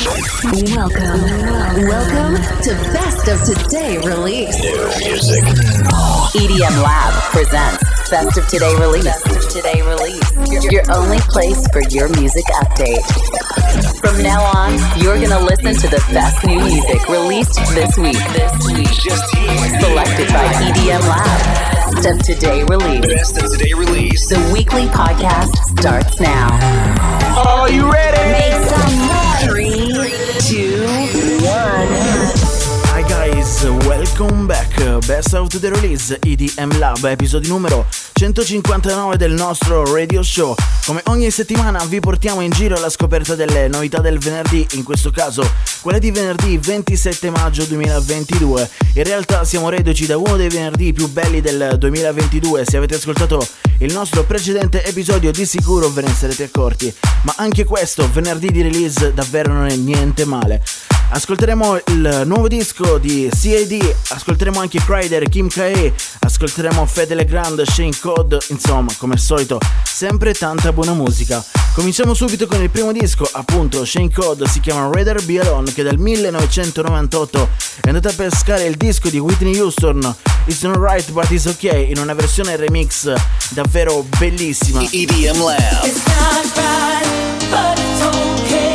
Welcome to Best of Today Release. New music. EDM Lab presents Best of Today Release. Best of Today Release. Your only place for your music update. From now on, you're gonna listen to the best new music released this week. Selected by EDM Lab. Best of Today Release. Best of Today Release. The weekly podcast starts now. Are you ready? Make some noise. 3, 2, 1. Hi guys, welcome back. Best of the Release EDM Lab, episodio numero 159 del nostro radio show. Come ogni settimana vi portiamo in giro alla scoperta delle novità del venerdì, in questo caso quella di venerdì 27 maggio 2022. In realtà siamo reduci da uno dei venerdì più belli del 2022. Se avete ascoltato il nostro precedente episodio di sicuro ve ne sarete accorti, ma anche questo venerdì di release davvero non è niente male. Ascolteremo il nuovo disco di CAD, ascolteremo anche Kryder, Kim K.A., ascolteremo Fede Legrand, Shane Code, insomma, come al solito, sempre tanta buona musica. Cominciamo subito con il primo disco, appunto, Shane Code, si chiama Rather Be Alone, che dal 1998 è andata a pescare il disco di Whitney Houston, It's Not Right But It's Okay, in una versione remix davvero bellissima. EDM Lab. It's not right, but it's okay.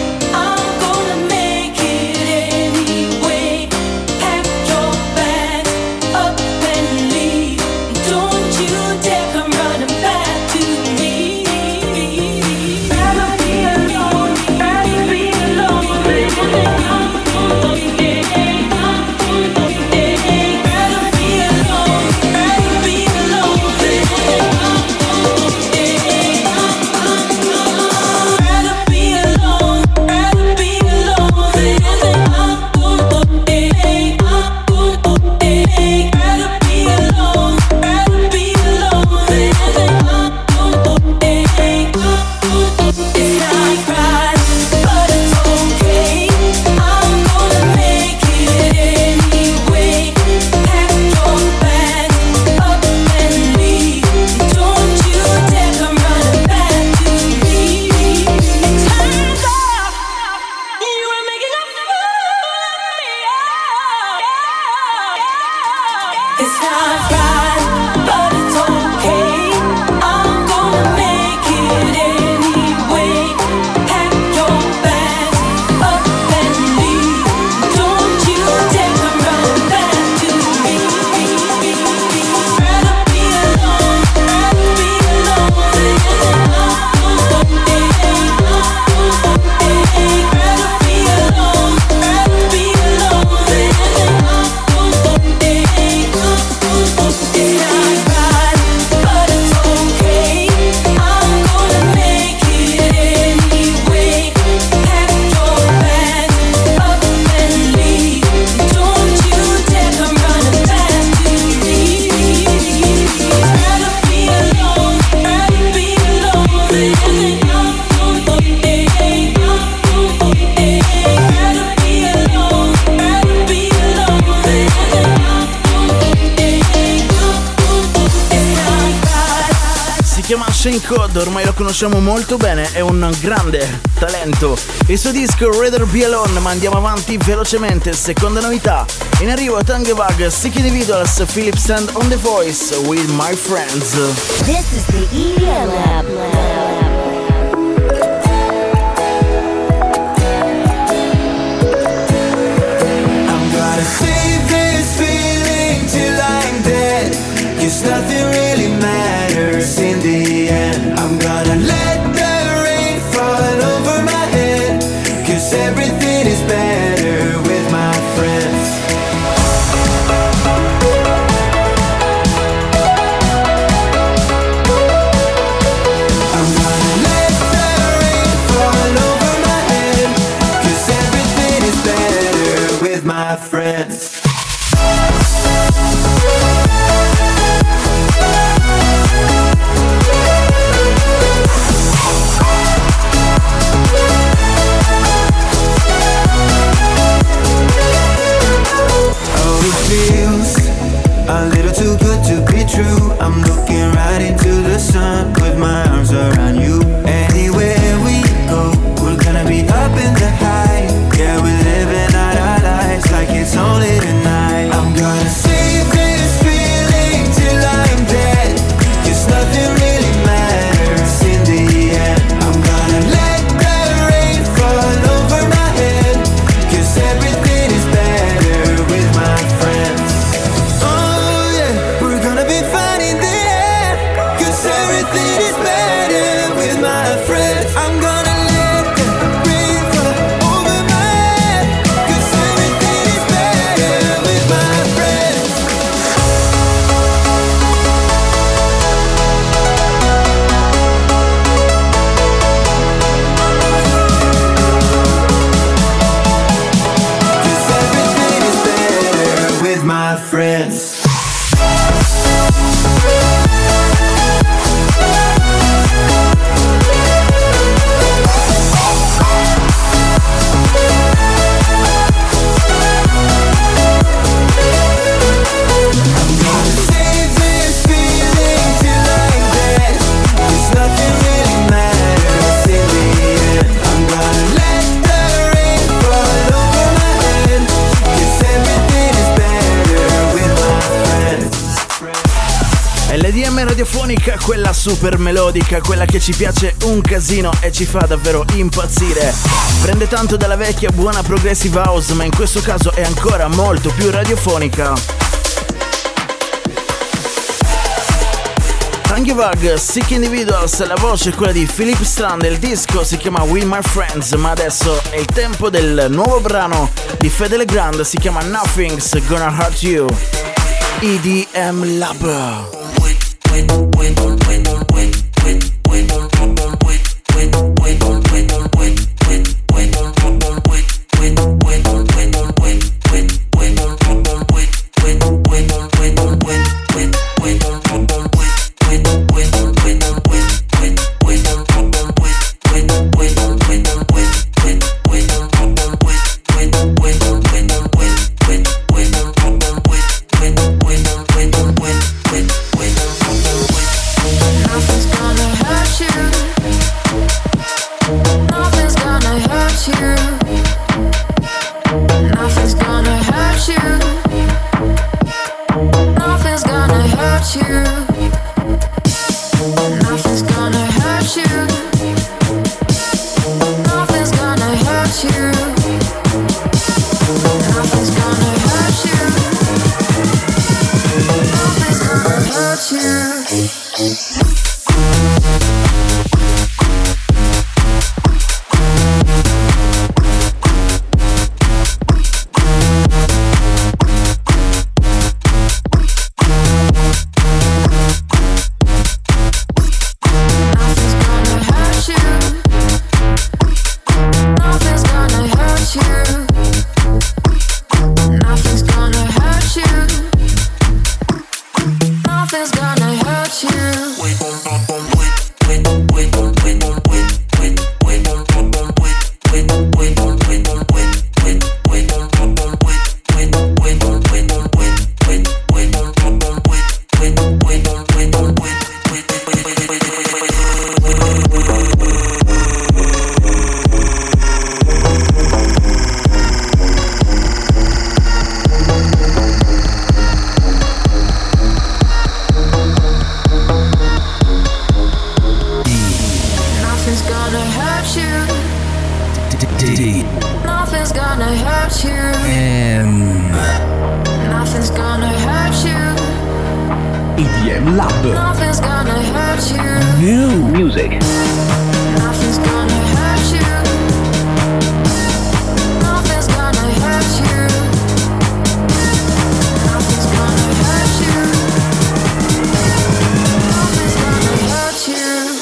Shane Code, ormai lo conosciamo molto bene, è un grande talento. Il suo disco Rather Be Alone, ma andiamo avanti velocemente. Seconda novità, in arrivo Tangebag, Sick Individuals, Philips and On The Voice with My Friends. This is the EDM Lab. I'm gonna save this feeling till I'm dead, 'cause nothing really matters in the end. I'm gonna let the rain fall over my head, 'cause everything is better with my friends. I'm gonna let the rain fall over my head, 'cause everything is better with my friends. Feels a little too good to be true. I'm looking right into the sun with my arms around you. Anywhere we go, we're gonna be up in the high. friends. LDM radiofonica, quella super melodica, quella che ci piace un casino e ci fa davvero impazzire. Prende tanto dalla vecchia buona progressive house, ma in questo caso è ancora molto più radiofonica. Thank you Bug, Sick Individuals, la voce è quella di Philip Strand, il disco si chiama We My Friends, ma adesso è il tempo del nuovo brano di Fede Legrand, si chiama Nothing's Gonna Hurt You. EDM Lab. EDM Lab. Nothing's gonna hurt you. New music. Nothing's gonna hurt you. Nothing's gonna hurt you. Nothing's gonna hurt you. Nothing's gonna hurt you.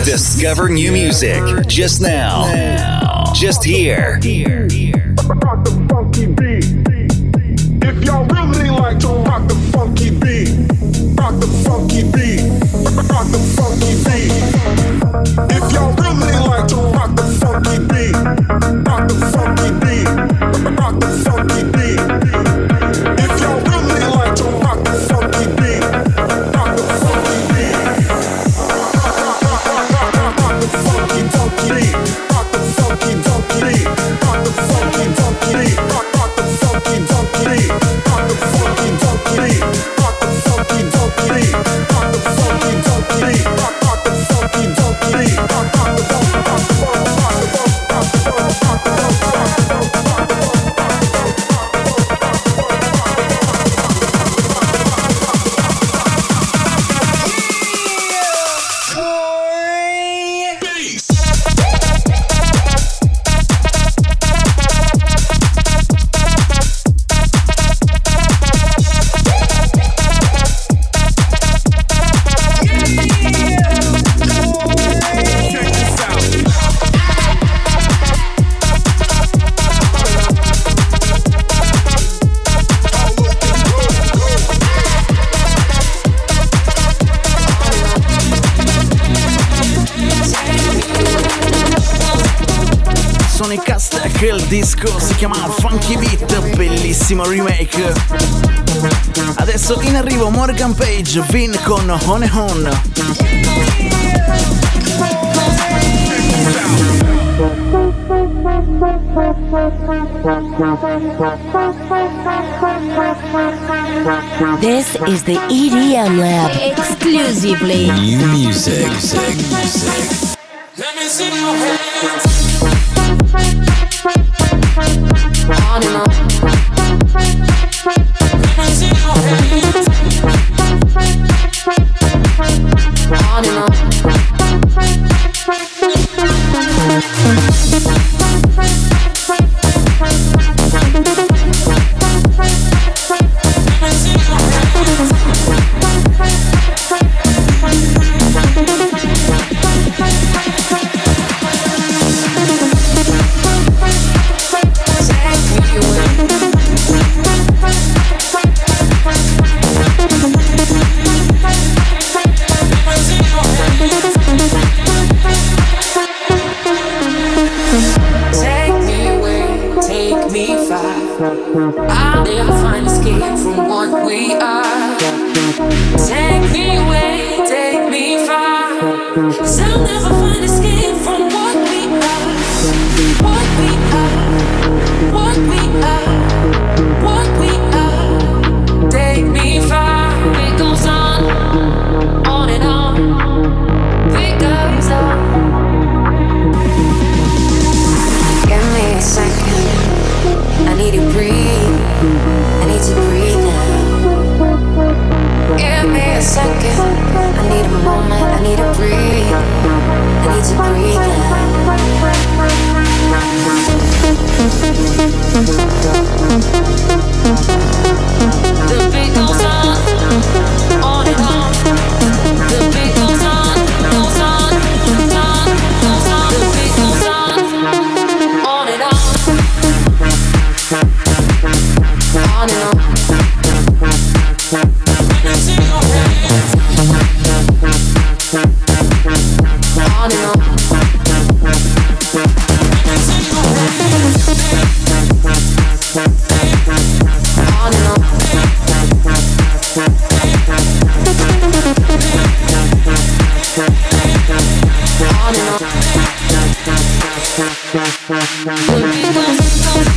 Discover new music just now. Just here. Rock the funky beat. If y'all really like to rock the funky beat, rock the funky beat, rock the funky beat. If y'all really like to rock the funky beat, rock the funky beat, rock the funky beat. If y'all really like to rock the funky beat, rock the funky beat. Rock the funky funky beat, rock the funky funky beat, rock the funky funky beat, rock the funky funky beat, rock the funky funky beat, rock the funky funky beat, rock the funky funky beat, rock the funky funky beat, rock the Il disco si chiama Funky Beat, bellissimo remake. Adesso in arrivo Morgan Page, Vin con On and On. This is the EDM Lab exclusively. New music. Let me see your hands. On and on. Let me see your hands. On and on. How did I find escape from what we are? Take me away, take me far, 'cause I'll never find escape from what we are. What we are, what we are, what we are. Take me far, it goes on and on, it goes on. Give me a second, I need to breathe, I need to breathe now. Give me a second, I need a moment, I need to breathe, I need to breathe now. The beat goes on and on. The beat goes on, goes on, goes on, goes on. The beat goes on and on. On and on. Let me see your hands. On and on. Let me see your hands. On and on. On and on. The beat goes on.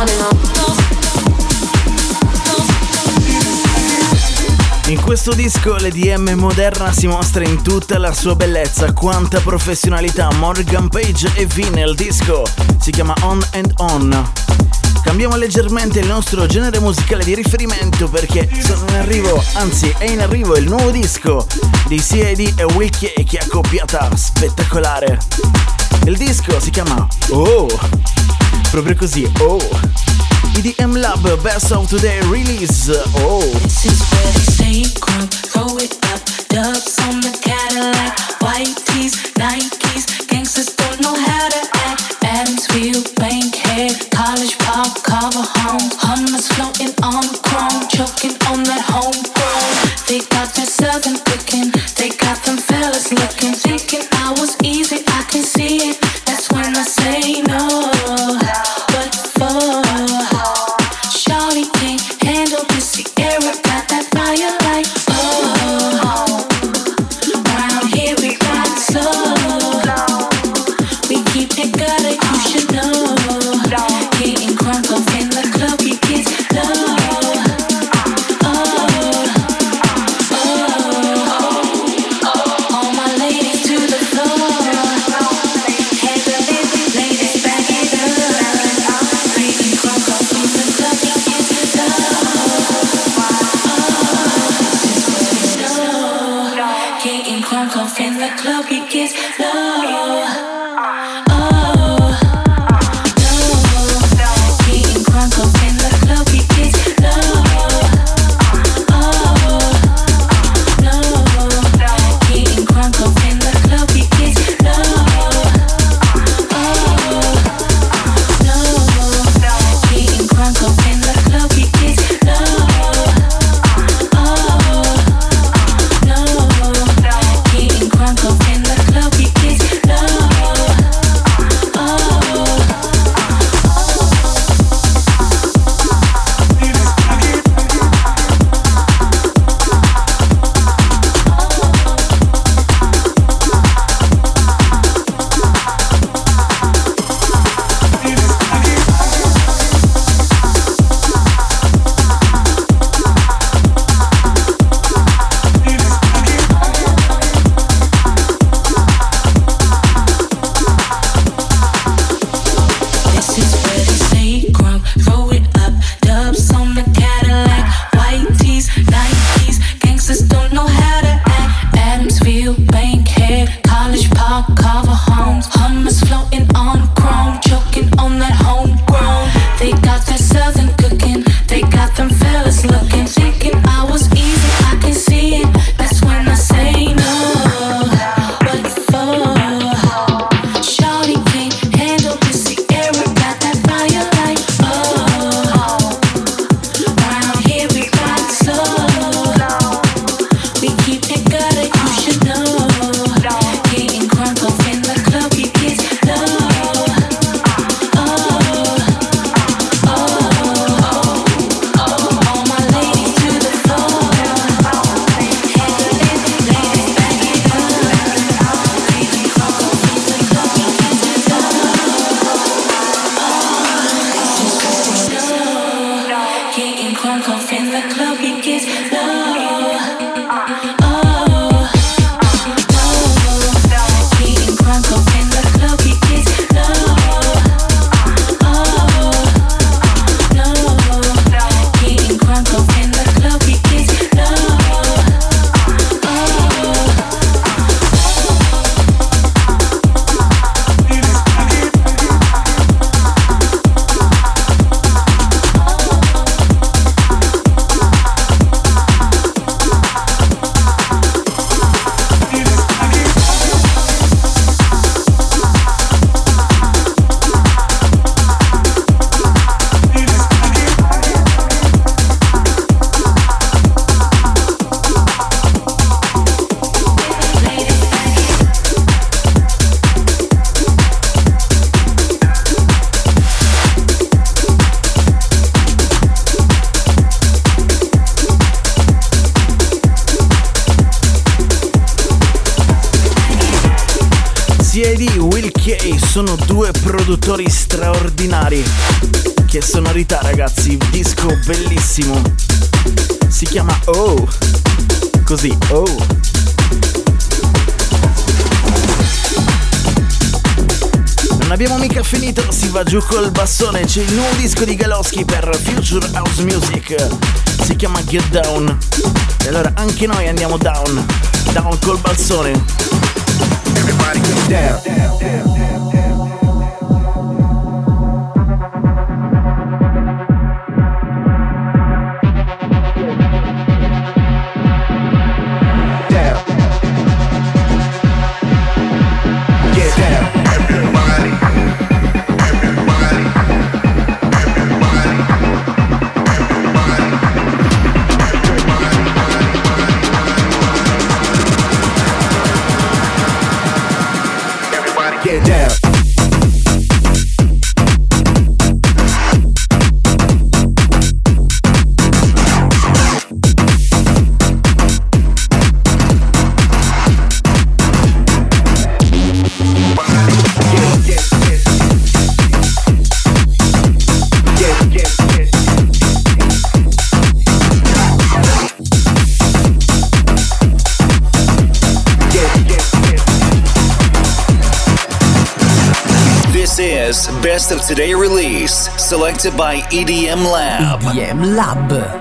In questo disco l'EDM moderna si mostra in tutta la sua bellezza, quanta professionalità. Morgan Page e V nel disco, si chiama On and On. Cambiamo leggermente il nostro genere musicale di riferimento perché sono in arrivo, anzi è in arrivo il nuovo disco di CID e Will K, che è accoppiata spettacolare. Il disco si chiama Oh, proprio così, Oh. EDM Lab Best of Today Release. Oh, This is where they stay crunk, throw it up, dubs on the Cadillac, white tees, Nikes, gangsters don't know how to act, Adamsville, Bankhead, College Park, Carver Homes, Hummers floating on chrome, choking on that homegrown, they got that southern cooking, they got them fellas looking, thinking I was easy, I can see it, that's when I say no, what for? Shawty can't handle this, Sierra got that fire like oh. Round here we ride slow, we keep it gutter, you should know. Getting crunk up in the club, we get low. All my ladies to the floor, handle it, ladies back it up. Getting crunk up in the club, we get low. Getting crunk up in the club, we get low. Getting crunk up in the club, we get low. Getting crunk up in the club, we get low. Getting crunk up in the club, we get low. Getting crunk up in the club, we get low. This is where they stay crunk, throw it up, dubs on the Cadillac, white tees, Nikes, gangsters don't know how to act, Adamsville, Bankhead, College Park, Carver Homes, Hummers floating on chrome, choking on that homegrown, they got that southern cooking, they got them fellas looking, thinking I was easy, I can see it, that's when I say no, what for? Shawty can't handle this, Sierra got that fire like oh. Round here we ride slow, we keep it gutter, you should know. Getting crunk up in the club, we get low. All my ladies to the floor, handle it, ladies back it up. Getting crunk up in the club, we get low. Getting crunk up in the club, we get low. Getting crunk up in the club, we get low. Getting crunk up in the club, we get low. CID, Will K sono due produttori straordinari Che sonorità, ragazzi, disco bellissimo. Si chiama Oh, così, Oh. Non abbiamo mica finito, si va giù col bassone. C'è il nuovo disco di Galoschi per Future House Music, si chiama Get Down. E allora anche noi andiamo down col balsone. Everybody get down, down, down, down, down. Get down. This is Best of Today Release, selected by EDM Lab. EDM Lab.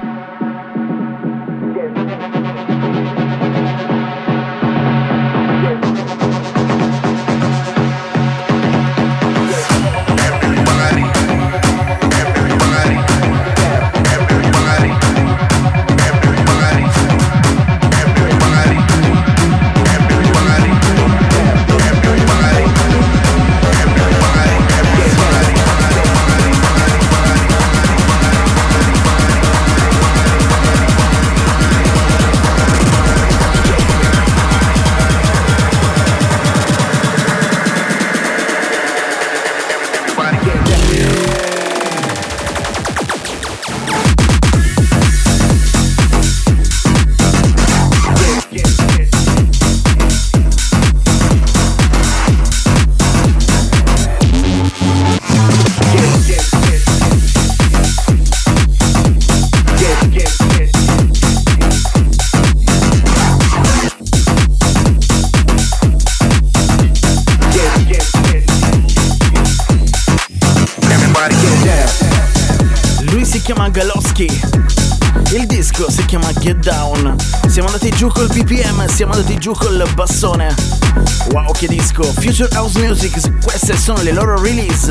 Galoschi. Il disco si chiama Get Down. Siamo andati giù col BPM, siamo andati giù col bassone. Wow, che disco! Future House Music, queste sono le loro release.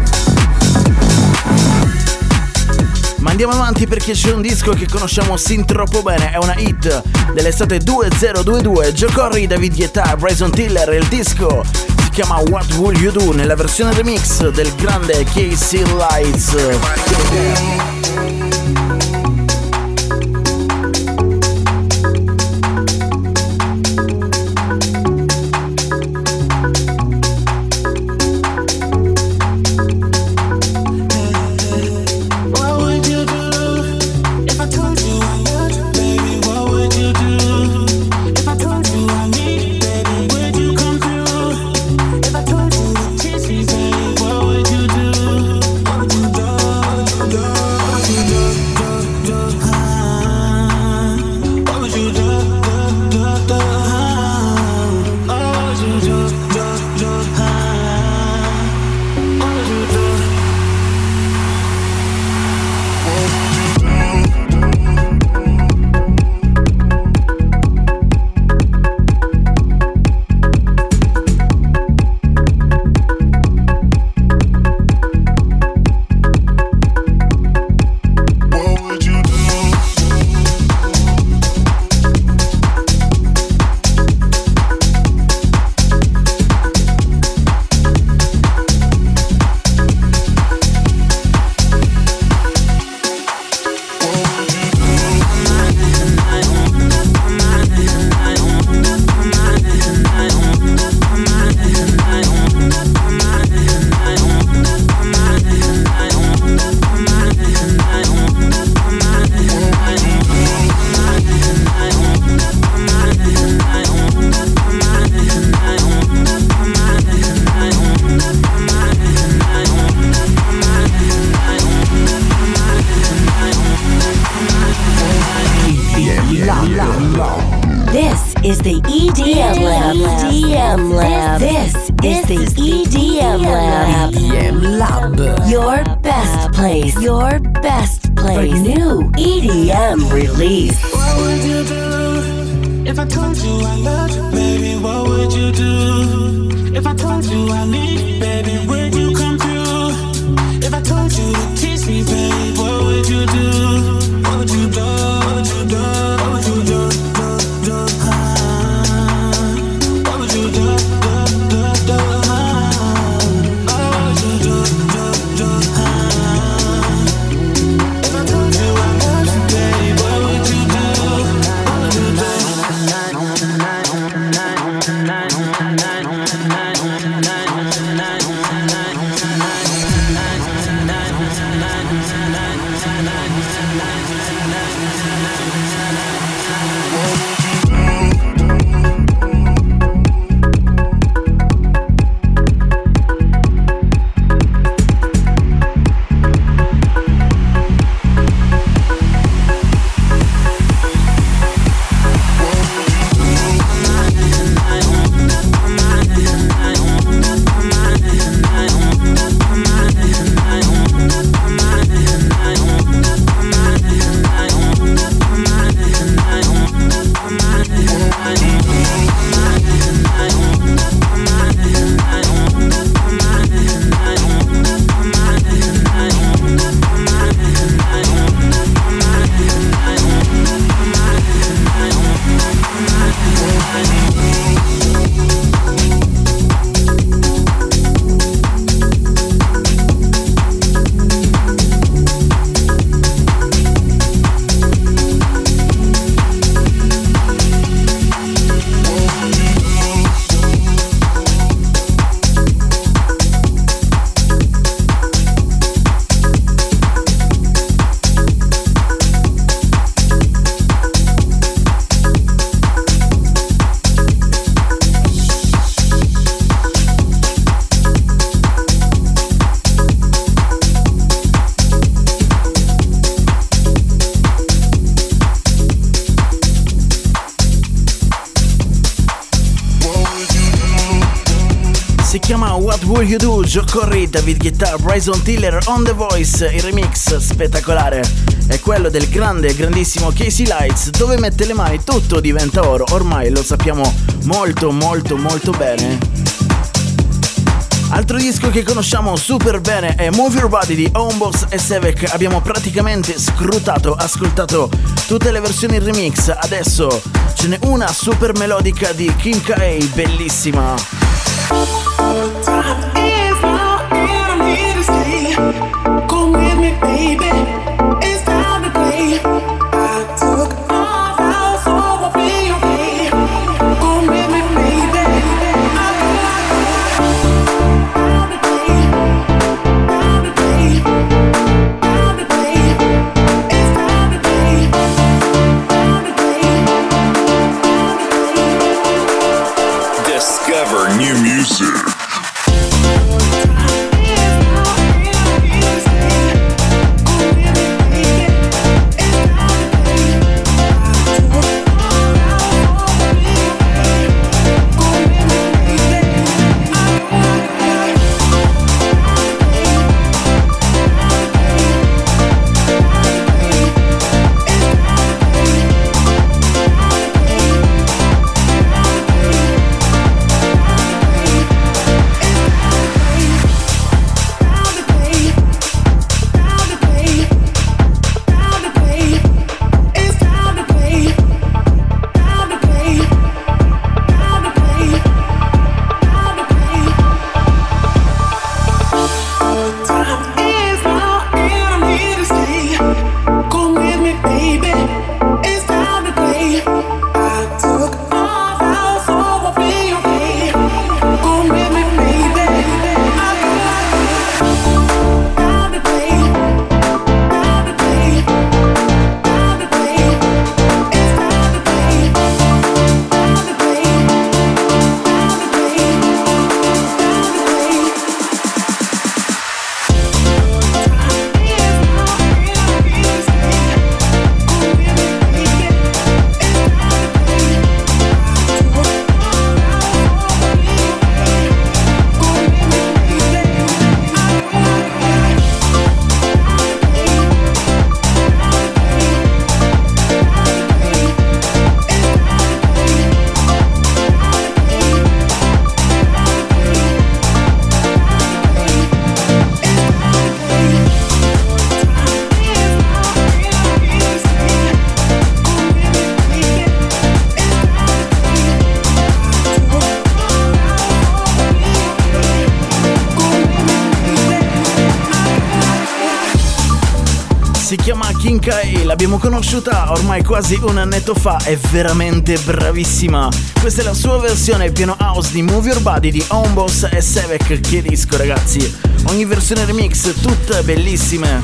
Ma andiamo avanti perché c'è un disco che conosciamo sin troppo bene. È una hit dell'estate 2022. Joe Corry, David Guetta, Bryson Tiller. Il disco si chiama What Will You Do nella versione remix del grande KC Lights. Your best place. Your best place. For new EDM release. What would you do if I told you I loved you, baby? What would you do if I told you I need you, baby? Would you come through if I told you to tease me, baby? What would you do? What would you do? What would you do? What would you do? What would you do? What Will You Do, Joe Corry, David Guetta, Bryson Tiller, On The Voice, il remix spettacolare è quello del grandissimo Casey Lights, dove mette le mani tutto diventa oro, ormai lo sappiamo molto bene. Altro disco che conosciamo super bene è Move Your Body di Homebox e Sevek. Abbiamo praticamente ascoltato tutte le versioni remix, adesso ce n'è una super melodica di Kim K, bellissima. Time is now and I'm here to stay. Come with me, baby. It's time to play. I took off out, so I'll be okay. Come with me, baby. Time to play. Time to play. Time to play. It's time to play. Time to play. Time to play. Discover new music. Time is now and I'm here to stay. Si chiama Kinkai, l'abbiamo conosciuta ormai quasi un annetto fa, è veramente bravissima. Questa è la sua versione pieno house di Move Your Body di Homeboss e Sevek. Che disco, ragazzi, ogni versione remix tutte bellissime.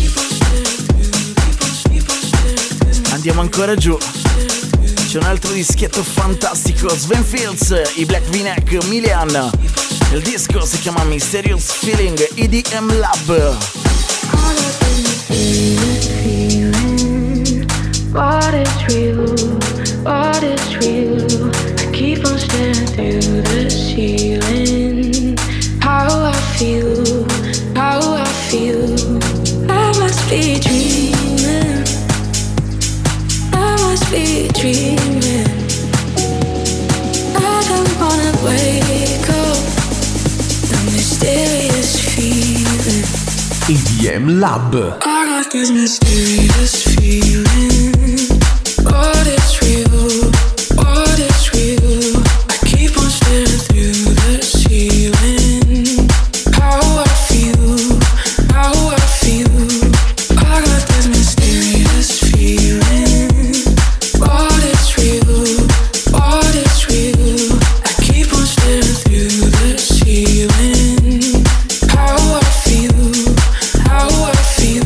Andiamo ancora giù, c'è un altro dischietto fantastico, Sven Fields, i Black V-Neck, Milian. Il disco si chiama Mysterious Feeling, EDM Lab. What is real? What is real? I keep on staring through the ceiling. How I feel, how I feel. I must be dreaming. I must be dreaming. I don't wanna wake up. The mysterious feeling. EDM Lab. I got this mysterious feeling. What is real? What is real? I keep on staring through the ceiling. How I feel, how I feel. I got this mysterious feeling. What is real? What is real? I keep on staring through the ceiling. How I feel, how I feel.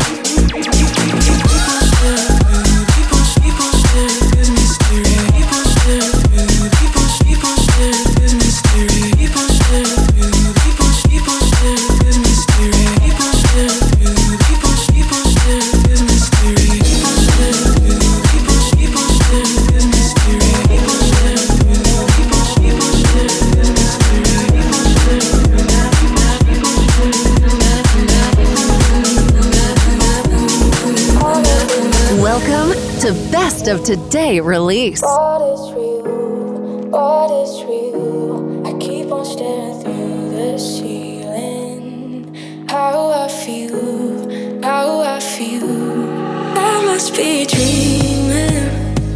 Welcome to Best of Today Release. What is real? What is real? I keep on staring through the ceiling. How I feel, how I feel. I must be dreaming.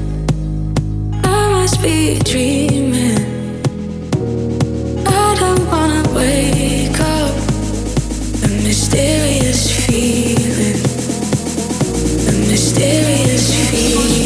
I must be dreaming. I don't wanna wake up. The mysterious feeling. The mysterious feeling.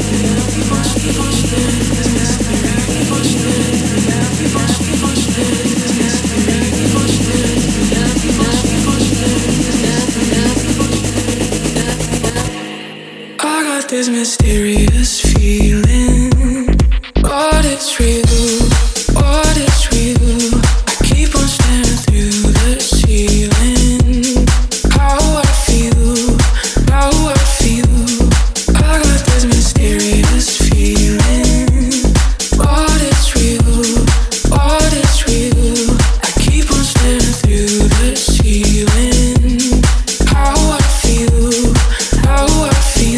I got this mysterious feeling. What is real? What is real? I keep on staring through the ceiling. How I feel, how I feel. I got this mysterious feeling. What is real? What is real? I keep on staring through the ceiling. How I feel, how I feel.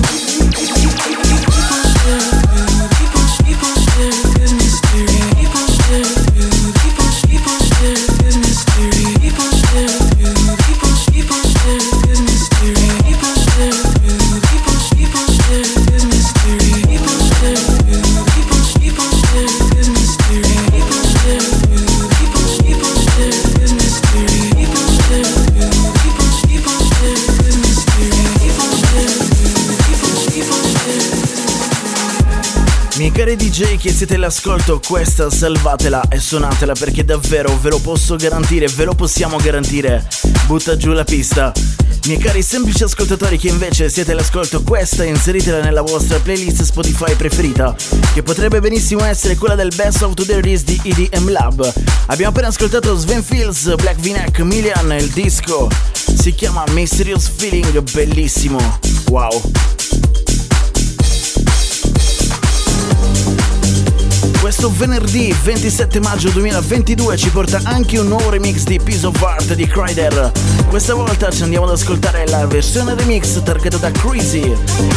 Miei cari DJ che siete all'ascolto, questa salvatela e suonatela perché davvero ve lo posso garantire, ve lo possiamo garantire. Butta giù la pista. Miei cari semplici ascoltatori che invece siete all'ascolto, questa inseritela nella vostra playlist Spotify preferita, che potrebbe benissimo essere quella del Best of Today Release di EDM Lab. Abbiamo appena ascoltato Sven Fields, Black V-Neck, Milian, il disco si chiama Mysterious Feeling, bellissimo, wow. Questo venerdì 27 maggio 2022 ci porta anche un nuovo remix di Piece of Art di Kryder. Questa volta ci andiamo ad ascoltare la versione remix targata da Crazy.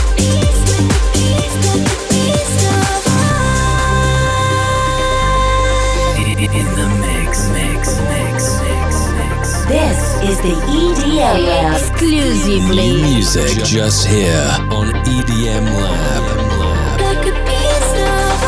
In the mix. This is the EDM Lab. Exclusively. Music just here on EDM Lab. Like a piece of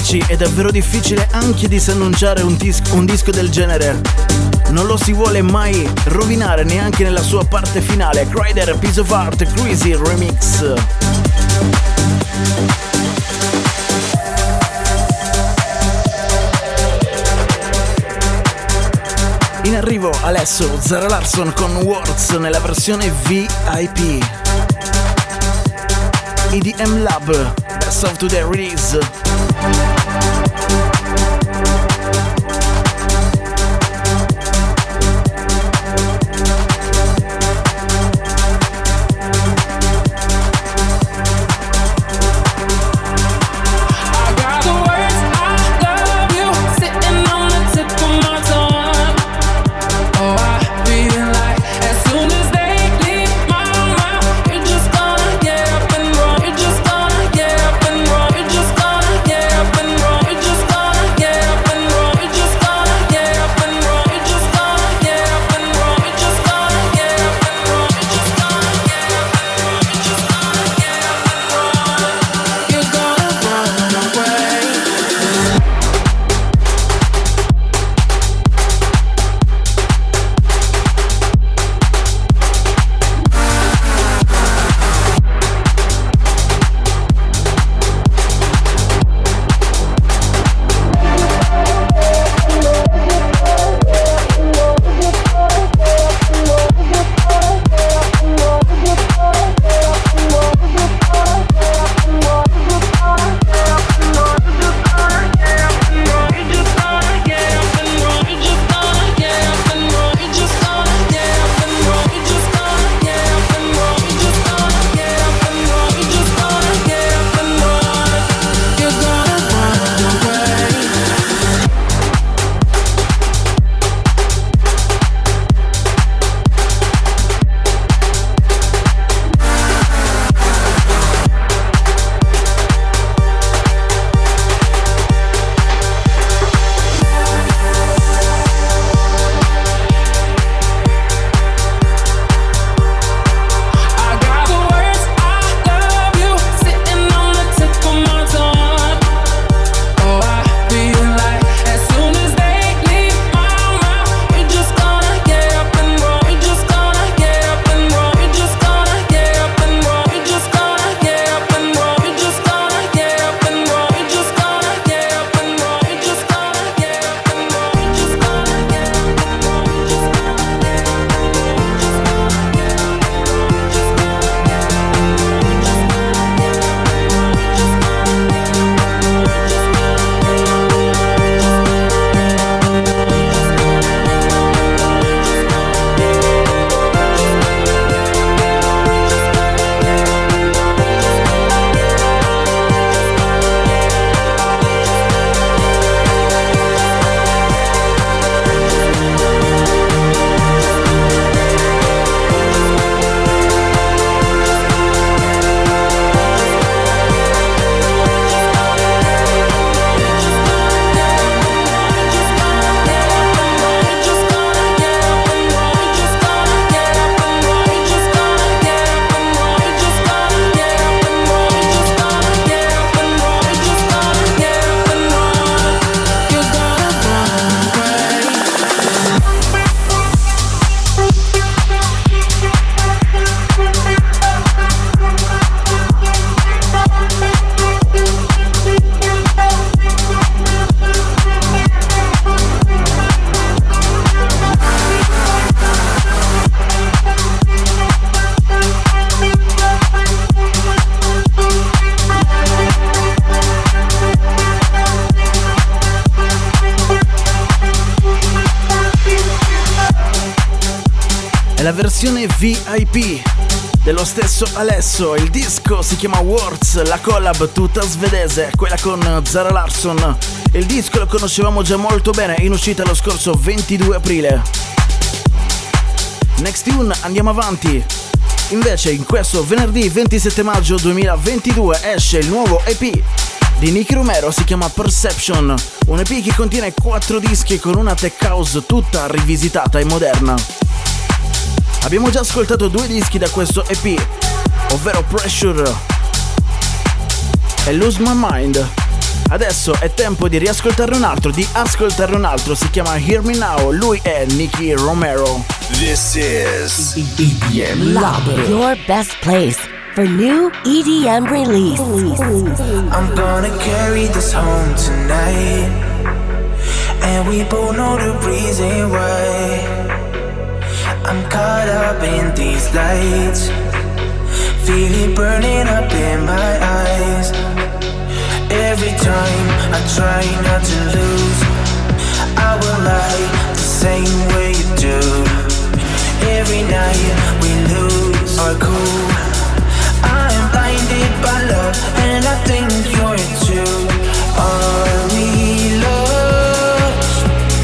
amici, è davvero difficile anche disannunciare un disco del genere. Non lo si vuole mai rovinare neanche nella sua parte finale. Kryder, Piece of Art, Crazy Remix. In arrivo adesso Zara Larsson con Words nella versione VIP. EDM Lab, Best of Today Release. la versione VIP dello stesso Alesso. Il disco si chiama Words, la collab tutta svedese, quella con Zara Larsson. Il disco lo conoscevamo già molto bene, in uscita lo scorso 22 aprile. Next tune, andiamo avanti. Invece in questo venerdì 27 maggio 2022 esce il nuovo EP di Nicky Romero, si chiama Perception, un EP che contiene 4 dischi con una tech house tutta rivisitata e moderna. Abbiamo già ascoltato 2 dischi da questo EP, ovvero Pressure e Lose My Mind. Adesso è tempo di riascoltarne un altro, di ascoltarne un altro. Si chiama Hear Me Now, lui è Nicky Romero. This is EDM Lab, your best place for new EDM release. I'm gonna carry this home tonight, and we both know the reason why. I'm caught up in these lights, feel it burning up in my eyes. Every time I try not to lose, I will lie the same way you do. Every night we lose our cool. I am blinded by love, and I think you're too. Are we lost?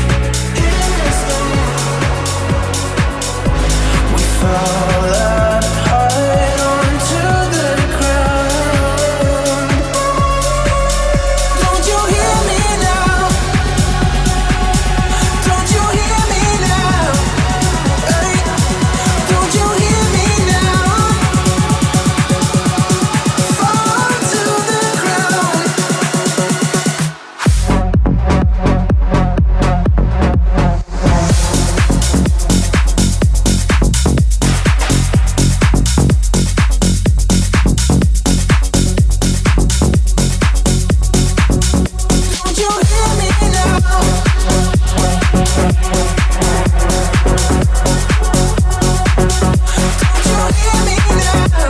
We fall apart onto the ground. Don't you hear me now? Don't you hear me now? Hey, don't you hear me now? Fall to the ground. Don't you hear me now? Don't you hear me now?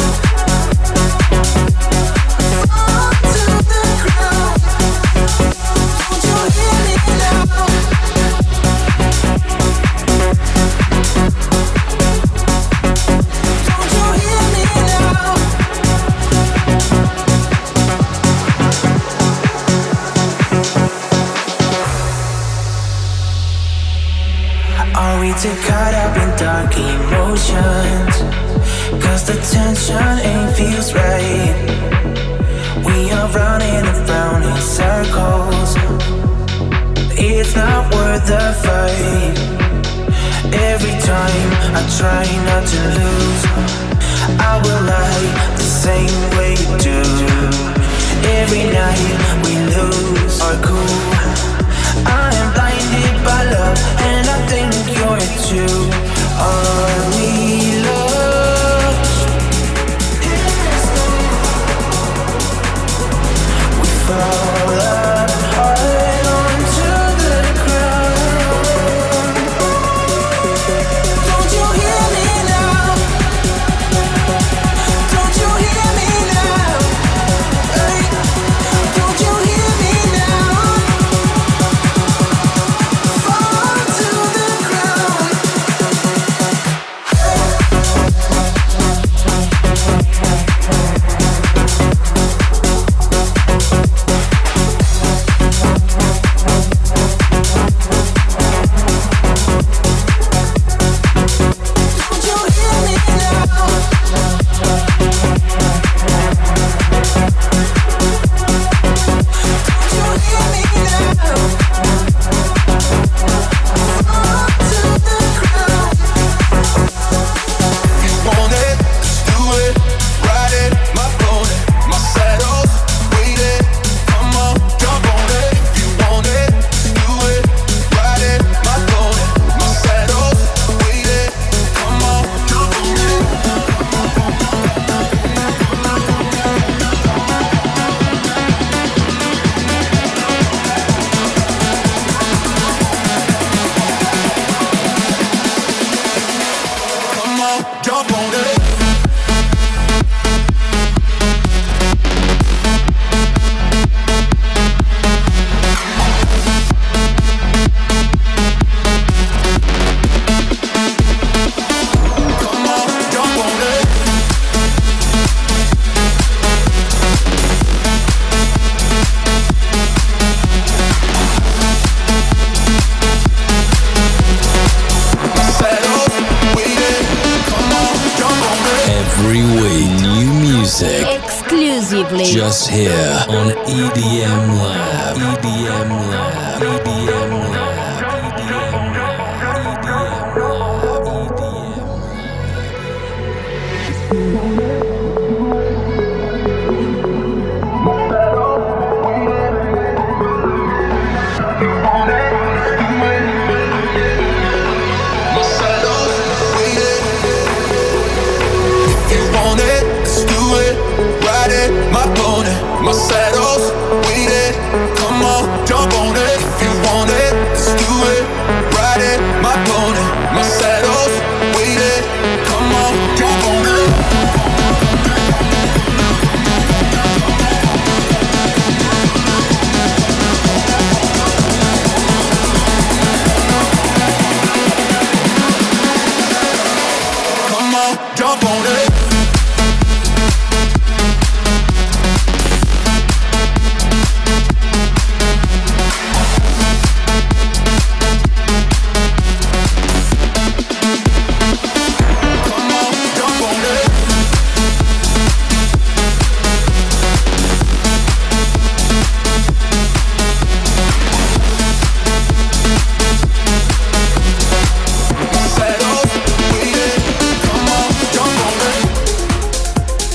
Fall to the ground. Don't you hear me now? Don't you hear me now? Are we too caught up in dark emotions? Cause the tension ain't feels right. We are running around in circles. It's not worth the fight. Every time I try not to lose, I will lie the same way you do. Every night we lose our cool. I am blinded by love, and I think you're too. Are we lost? We fall apart onto the ground. Don't you hear me now? Don't you hear me now? Hey, don't you hear me now? Fall to the ground. Don't you hear me now? Don't you hear me now? Fall to the ground. You want it? Let's do it. Ride it, my pony, my saddle, wait it. Come on, jump on it. If you want it, let's do it. Ride it, my pony, my saddle, wait it. Come on, jump on it. Come on, jump on it. Come on, jump on it. Saddle, wait it. Come on, jump on it. Every week, new music Exclusively. just here on EDM Lab. EDM Lab. EDM Lab. EDM Lab. EDM Lab. EDM Lab.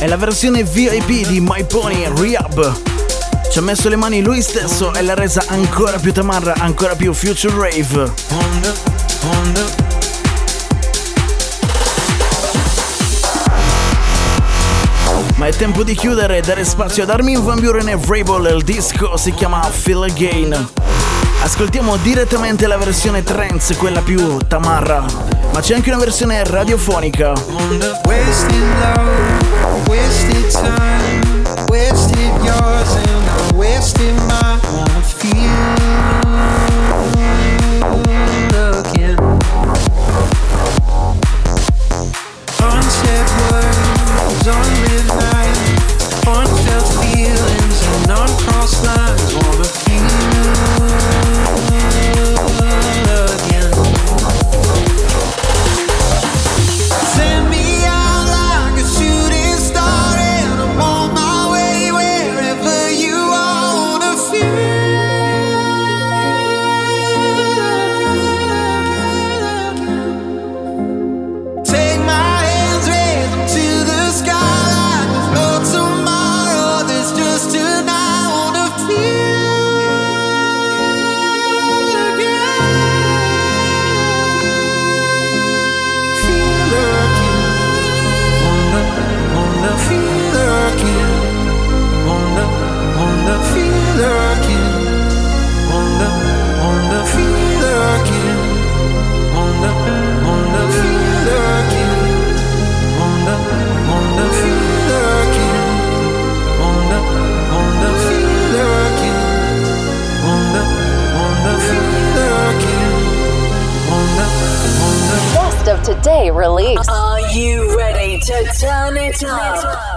è la versione VIP di My Pony Rehab. Ci ha messo le mani lui stesso e l'ha resa ancora più tamarra, ancora più future rave. Ma è tempo di chiudere e dare spazio ad Armin van Buuren e Vrabel. Il disco si chiama Feel Again. Ascoltiamo direttamente la versione trance, quella più tamarra, ma c'è anche una versione radiofonica. Wasted love, wasted time, wasted yours and I wasted mine. Wanna feel again. Unsaid words, unlived nights, unfelt feelings and uncrossed lines. Wanna feel again. Send me out like a shooting star and I'm on my way wherever you wanna feel. Take my hands, raise them to the sky like there's no tomorrow, there's just tonight. Wanna feel again. Feel again. Wanna feel again. Wanna feel again. Wanna feel again. Wanna feel again. Wanna feel again. Wanna feel again. Wanna feel again. Best of today release. Are you ready to turn it up?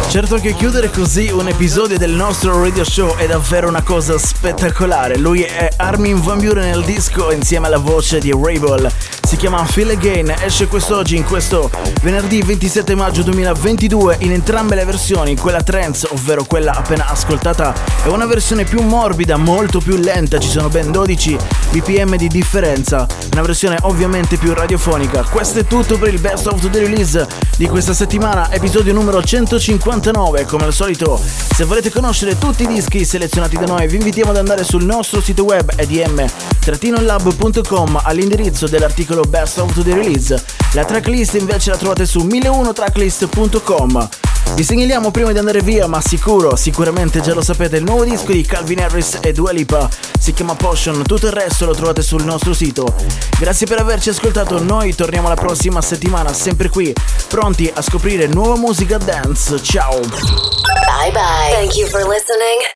Certo che chiudere così un episodio del nostro radio show è davvero una cosa spettacolare. Lui è Armin van Buuren nel disco insieme alla voce di Rebel. Si chiama Feel Again, esce quest'oggi in questo venerdì 27 maggio 2022 in entrambe le versioni, quella trance, ovvero quella appena ascoltata, è una versione più morbida, molto più lenta, ci sono ben 12 bpm di differenza, una versione ovviamente più radiofonica. Questo è tutto per il Best of the Release di questa settimana, episodio numero 159. Come al solito, se volete conoscere tutti i dischi selezionati da noi, vi invitiamo ad andare sul nostro sito web edm-lab.com all'indirizzo dell'articolo Best of the Release. La tracklist invece la trovate su 1001tracklist.com. Vi segnaliamo prima di andare via, ma sicuramente già lo sapete, il nuovo disco di Calvin Harris e Dua Lipa, si chiama Potion, tutto il resto lo trovate sul nostro sito. Grazie per averci ascoltato, noi torniamo la prossima settimana, sempre qui, pronti a scoprire nuova musica dance. Ciao! Bye bye. Thank you for listening.